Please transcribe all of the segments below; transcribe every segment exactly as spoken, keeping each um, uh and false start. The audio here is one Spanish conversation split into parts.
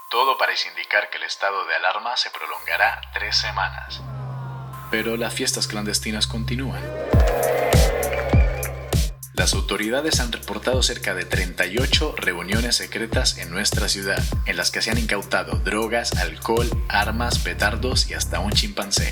Todo parece indicar que el estado de alarma se prolongará tres semanas. Pero las fiestas clandestinas continúan. Las autoridades han reportado cerca de treinta y ocho reuniones secretas en nuestra ciudad, en las que se han incautado drogas, alcohol, armas, petardos y hasta un chimpancé.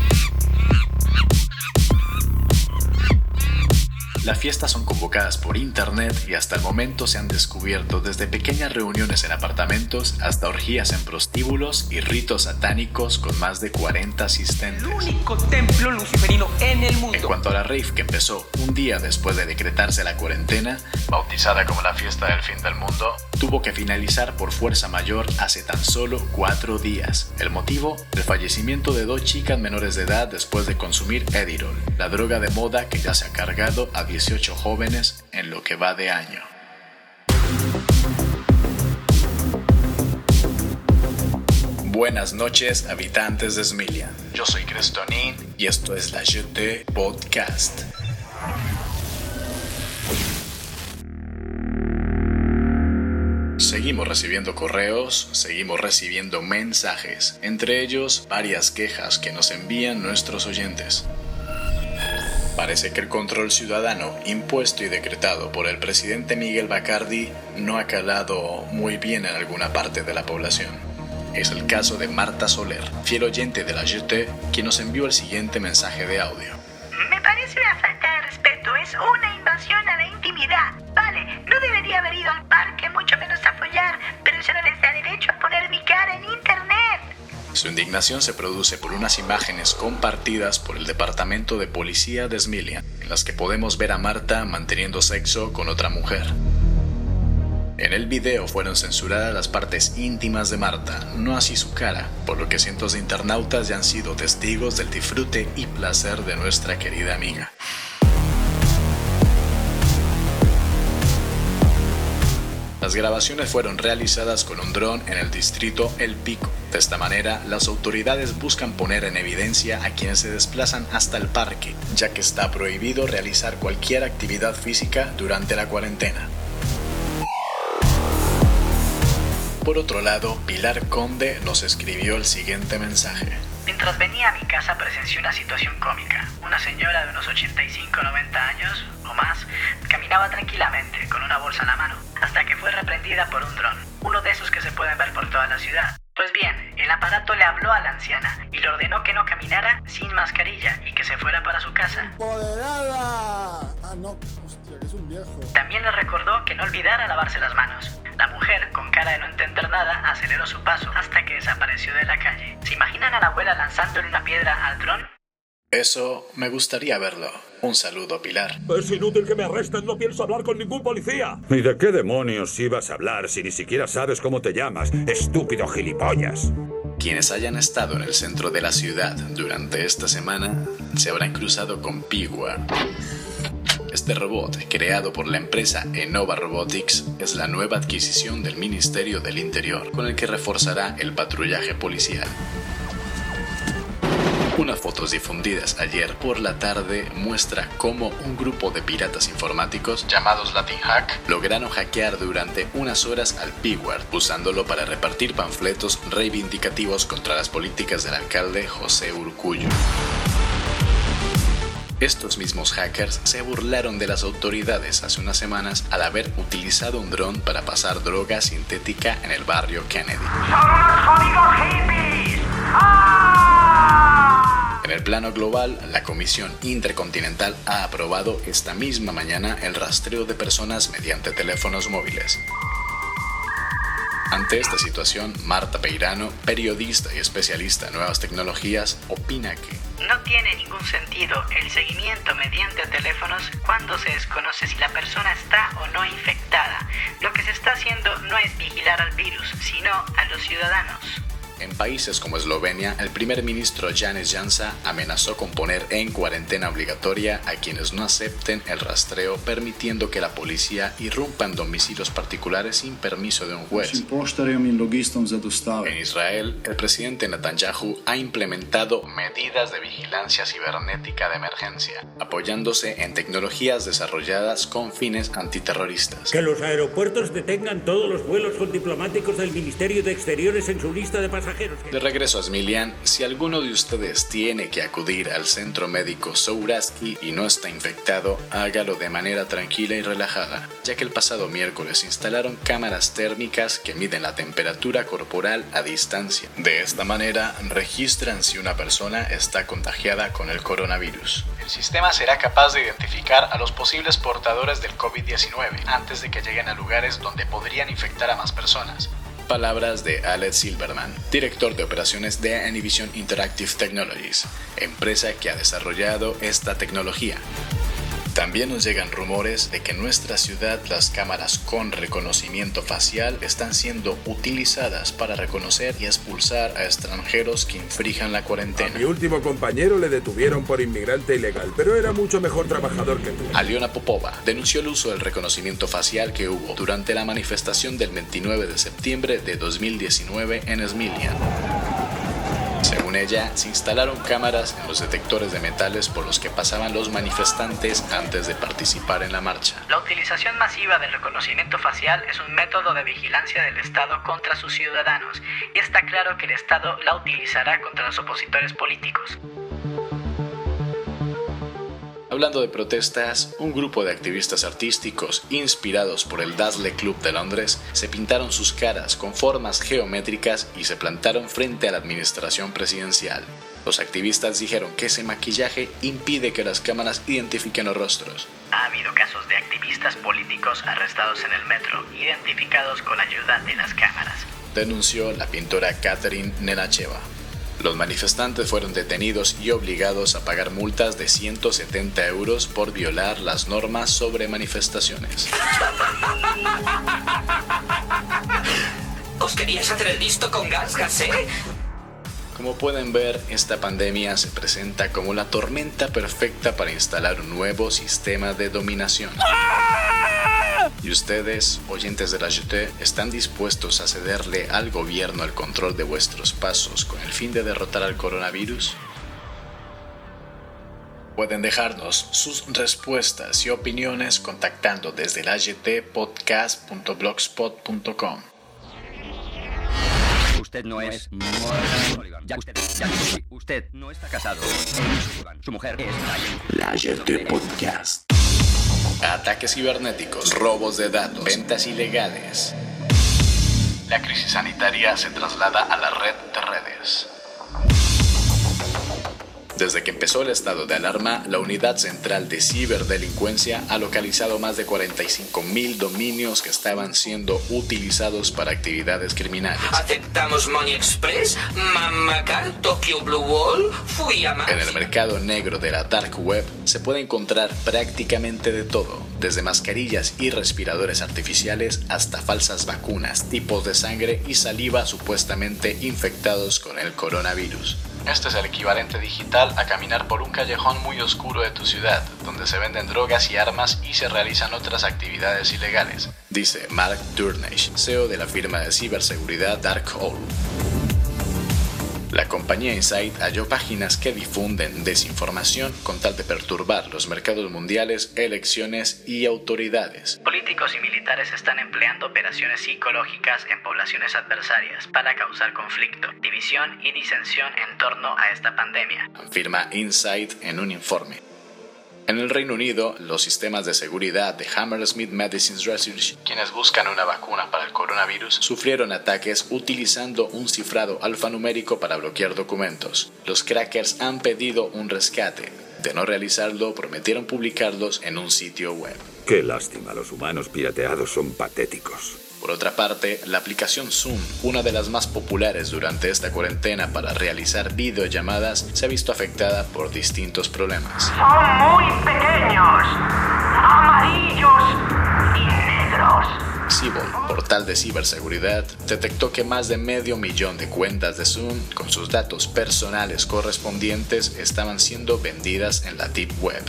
Las fiestas son convocadas por internet y hasta el momento se han descubierto desde pequeñas reuniones en apartamentos hasta orgías en prostíbulos y ritos satánicos con más de cuarenta asistentes. El único templo luciferino en el mundo. En cuanto a la rave, que empezó un día después de decretarse la cuarentena, bautizada como la fiesta del fin del mundo, tuvo que finalizar por fuerza mayor hace tan solo cuatro días. El motivo, el fallecimiento de dos chicas menores de edad después de consumir Edirol, la droga de moda que ya se ha cargado a dieciocho jóvenes en lo que va de año. Buenas noches, habitantes de Smiljan. Yo soy Crestonin y esto es la J T Podcast. Seguimos recibiendo correos, seguimos recibiendo mensajes, entre ellos varias quejas que nos envían nuestros oyentes. Parece que el control ciudadano impuesto y decretado por el presidente Miguel Bacardi no ha calado muy bien en alguna parte de la población. Es el caso de Marta Soler, fiel oyente de la J T, quien nos envió el siguiente mensaje de audio. Me parece una falta de respeto, es una invasión a la intimidad. Vale, no debería haber ido al parque, mucho menos a follar, pero eso no les da derecho a poner mi cara en internet. Su indignación se produce por unas imágenes compartidas por el departamento de policía de Smiljan, en las que podemos ver a Marta manteniendo sexo con otra mujer. En el video fueron censuradas las partes íntimas de Marta, no así su cara, por lo que cientos de internautas ya han sido testigos del disfrute y placer de nuestra querida amiga. Las grabaciones fueron realizadas con un dron en el distrito El Pico. De esta manera, las autoridades buscan poner en evidencia a quienes se desplazan hasta el parque, ya que está prohibido realizar cualquier actividad física durante la cuarentena. Por otro lado, Pilar Conde nos escribió el siguiente mensaje. Mientras venía a mi casa presencié una situación cómica. Una señora de unos ochenta y cinco o noventa años o más caminaba tranquilamente con una bolsa en la mano hasta que fue reprendida por un dron, uno de esos que se pueden ver por toda la ciudad. Pues bien, el aparato le habló a la anciana y le ordenó que no caminara sin mascarilla y que se fuera para su casa. ¡Empoderada! Ah, no, hostia, que es un viejo. También le recordó que no olvidara lavarse las manos. La mujer, con cara de no entender nada, aceleró su paso hasta que desapareció de la calle. ¿Se imaginan a la abuela lanzándole una piedra al dron? Eso me gustaría verlo. Un saludo, Pilar. Es inútil que me arresten, no pienso hablar con ningún policía. ¿Y de qué demonios ibas a hablar si ni siquiera sabes cómo te llamas, estúpido gilipollas? Quienes hayan estado en el centro de la ciudad durante esta semana se habrán cruzado con Piguard. Este robot, creado por la empresa Enova Robotics, es la nueva adquisición del Ministerio del Interior, con el que reforzará el patrullaje policial. Unas fotos difundidas ayer por la tarde muestra cómo un grupo de piratas informáticos llamados Latin Hack lograron hackear durante unas horas al Piguard, usándolo para repartir panfletos reivindicativos contra las políticas del alcalde José Urkullu. Estos mismos hackers se burlaron de las autoridades hace unas semanas al haber utilizado un dron para pasar droga sintética en el barrio Kennedy. ¡Son unos jodidos hippies! ¡Ah! En el plano global, la Comisión Intercontinental ha aprobado esta misma mañana el rastreo de personas mediante teléfonos móviles. Ante esta situación, Marta Peirano, periodista y especialista en nuevas tecnologías, opina que no tiene ningún sentido el seguimiento mediante teléfonos cuando se desconoce si la persona está o no infectada. Lo que se está haciendo no es vigilar al virus, sino a los ciudadanos. En países como Eslovenia, el primer ministro Janez Janša amenazó con poner en cuarentena obligatoria a quienes no acepten el rastreo, permitiendo que la policía irrumpa en domicilios particulares sin permiso de un juez. En Israel, el presidente Netanyahu ha implementado medidas de vigilancia cibernética de emergencia, apoyándose en tecnologías desarrolladas con fines antiterroristas. Que los aeropuertos detengan todos los vuelos con diplomáticos del Ministerio de Exteriores en su lista de pasajeros. De regreso a Smiljan, si alguno de ustedes tiene que acudir al centro médico Souraski y no está infectado, hágalo de manera tranquila y relajada, ya que el pasado miércoles instalaron cámaras térmicas que miden la temperatura corporal a distancia. De esta manera, registran si una persona está contagiada con el coronavirus. El sistema será capaz de identificar a los posibles portadores del COVID diecinueve antes de que lleguen a lugares donde podrían infectar a más personas. Palabras de Alex Silverman, director de operaciones de Anyvision Interactive Technologies, empresa que ha desarrollado esta tecnología. También nos llegan rumores de que en nuestra ciudad las cámaras con reconocimiento facial están siendo utilizadas para reconocer y expulsar a extranjeros que infrinjan la cuarentena. A mi último compañero le detuvieron por inmigrante ilegal, pero era mucho mejor trabajador que tú. Aliona Popova denunció el uso del reconocimiento facial que hubo durante la manifestación del veintinueve de septiembre de dos mil diecinueve en Smiljan. Según ella, se instalaron cámaras en los detectores de metales por los que pasaban los manifestantes antes de participar en la marcha. La utilización masiva del reconocimiento facial es un método de vigilancia del Estado contra sus ciudadanos, y está claro que el Estado la utilizará contra los opositores políticos. Hablando de protestas, un grupo de activistas artísticos inspirados por el Dazzle Club de Londres se pintaron sus caras con formas geométricas y se plantaron frente a la administración presidencial. Los activistas dijeron que ese maquillaje impide que las cámaras identifiquen los rostros. Ha habido casos de activistas políticos arrestados en el metro, identificados con ayuda de las cámaras, denunció la pintora Catherine Nenacheva. Los manifestantes fueron detenidos y obligados a pagar multas de ciento setenta euros por violar las normas sobre manifestaciones. ¿Os queríais hacer el listo con gas, gasé? Como pueden ver, esta pandemia se presenta como la tormenta perfecta para instalar un nuevo sistema de dominación. ¿Y ustedes, oyentes de la J T, están dispuestos a cederle al gobierno el control de vuestros pasos con el fin de derrotar al coronavirus? Pueden dejarnos sus respuestas y opiniones contactando desde la j t podcast punto blogspot punto com. Usted no es... Ya usted, ya usted no está casado. Su mujer es... La J T Podcast. Ataques cibernéticos, robos de datos, ventas ilegales. La crisis sanitaria se traslada a la red de redes. Desde que empezó el estado de alarma, la Unidad Central de Ciberdelincuencia ha localizado más de cuarenta y cinco mil dominios que estaban siendo utilizados para actividades criminales. Aceptamos Money Express, Mamacar, Tokyo Blue Wall, Fuyama. En el mercado negro de la Dark Web se puede encontrar prácticamente de todo, desde mascarillas y respiradores artificiales hasta falsas vacunas, tipos de sangre y saliva supuestamente infectados con el coronavirus. Este es el equivalente digital a caminar por un callejón muy oscuro de tu ciudad, donde se venden drogas y armas y se realizan otras actividades ilegales, dice Mark Durnish, C E O de la firma de ciberseguridad Dark Owl. La compañía Insight halló páginas que difunden desinformación con tal de perturbar los mercados mundiales, elecciones y autoridades. Políticos y militares están empleando operaciones psicológicas en poblaciones adversarias para causar conflicto, división y disensión en torno a esta pandemia, afirma Insight en un informe. En el Reino Unido, los sistemas de seguridad de Hammersmith Medicines Research, quienes buscan una vacuna para el coronavirus, sufrieron ataques utilizando un cifrado alfanumérico para bloquear documentos. Los crackers han pedido un rescate. De no realizarlo, prometieron publicarlos en un sitio web. Qué lástima, los humanos pirateados son patéticos. Por otra parte, la aplicación Zoom, una de las más populares durante esta cuarentena para realizar videollamadas, se ha visto afectada por distintos problemas. Son muy pequeños, amarillos y negros. Civil, portal de ciberseguridad, detectó que más de medio millón de cuentas de Zoom con sus datos personales correspondientes estaban siendo vendidas en la Deep Web.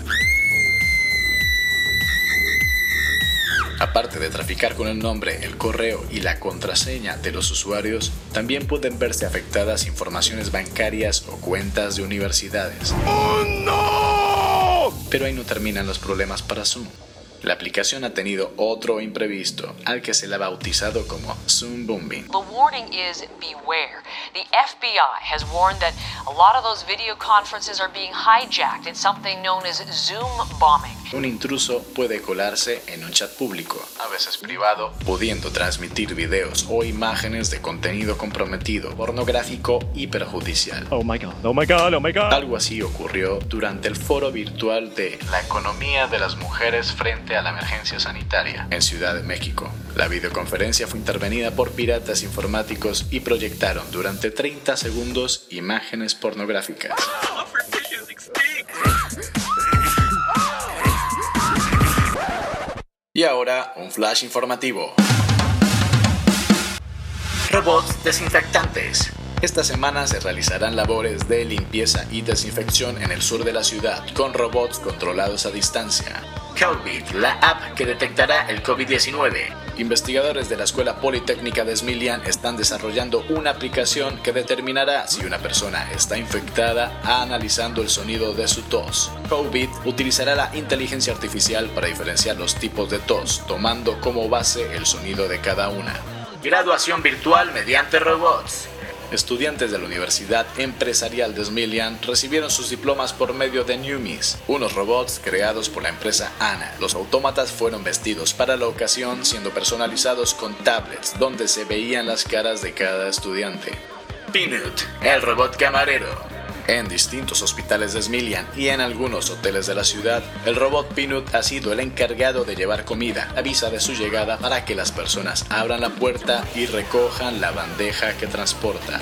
Aparte de traficar con el nombre, el correo y la contraseña de los usuarios, también pueden verse afectadas informaciones bancarias o cuentas de universidades. ¡Oh, no! Pero ahí no terminan los problemas para Zoom. La aplicación ha tenido otro imprevisto, al que se le ha bautizado como Zoom Bombing. The warning is beware. The F B I has warned that a lot of those video conferences are being hijacked in something known as Zoom bombing. Un intruso puede colarse en un chat público, a veces privado, pudiendo transmitir videos o imágenes de contenido comprometido, pornográfico y perjudicial. Oh my god, oh my god, oh my god. Algo así ocurrió durante el foro virtual de La economía de las mujeres frente a la emergencia sanitaria en Ciudad de México. La videoconferencia fue intervenida por piratas informáticos y proyectaron durante treinta segundos imágenes pornográficas. Y ahora, un flash informativo. Robots desinfectantes. Esta semana se realizarán labores de limpieza y desinfección en el sur de la ciudad, con robots controlados a distancia. COVID, la app que detectará el COVID diecinueve. Investigadores de la Escuela Politécnica de Smiljan están desarrollando una aplicación que determinará si una persona está infectada analizando el sonido de su tos. COVID utilizará la inteligencia artificial para diferenciar los tipos de tos, tomando como base el sonido de cada una. Graduación virtual mediante robots. Estudiantes de la Universidad Empresarial de Smiljan recibieron sus diplomas por medio de Numis, unos robots creados por la empresa ANA. Los autómatas fueron vestidos para la ocasión, siendo personalizados con tablets donde se veían las caras de cada estudiante. Peanut, el robot camarero. En distintos hospitales de Smiljan y en algunos hoteles de la ciudad, el robot Peanut ha sido el encargado de llevar comida. Avisa de su llegada para que las personas abran la puerta y recojan la bandeja que transporta.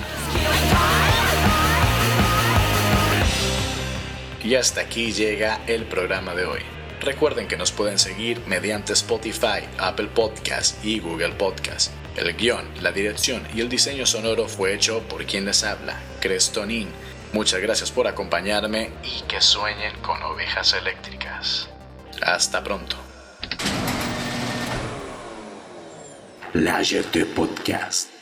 Y hasta aquí llega el programa de hoy. Recuerden que nos pueden seguir mediante Spotify, Apple Podcast y Google Podcast. El guión, la dirección y el diseño sonoro fue hecho por quien les habla, Crestonín. Muchas gracias por acompañarme y que sueñen con ovejas eléctricas. Hasta pronto. La G T Podcast.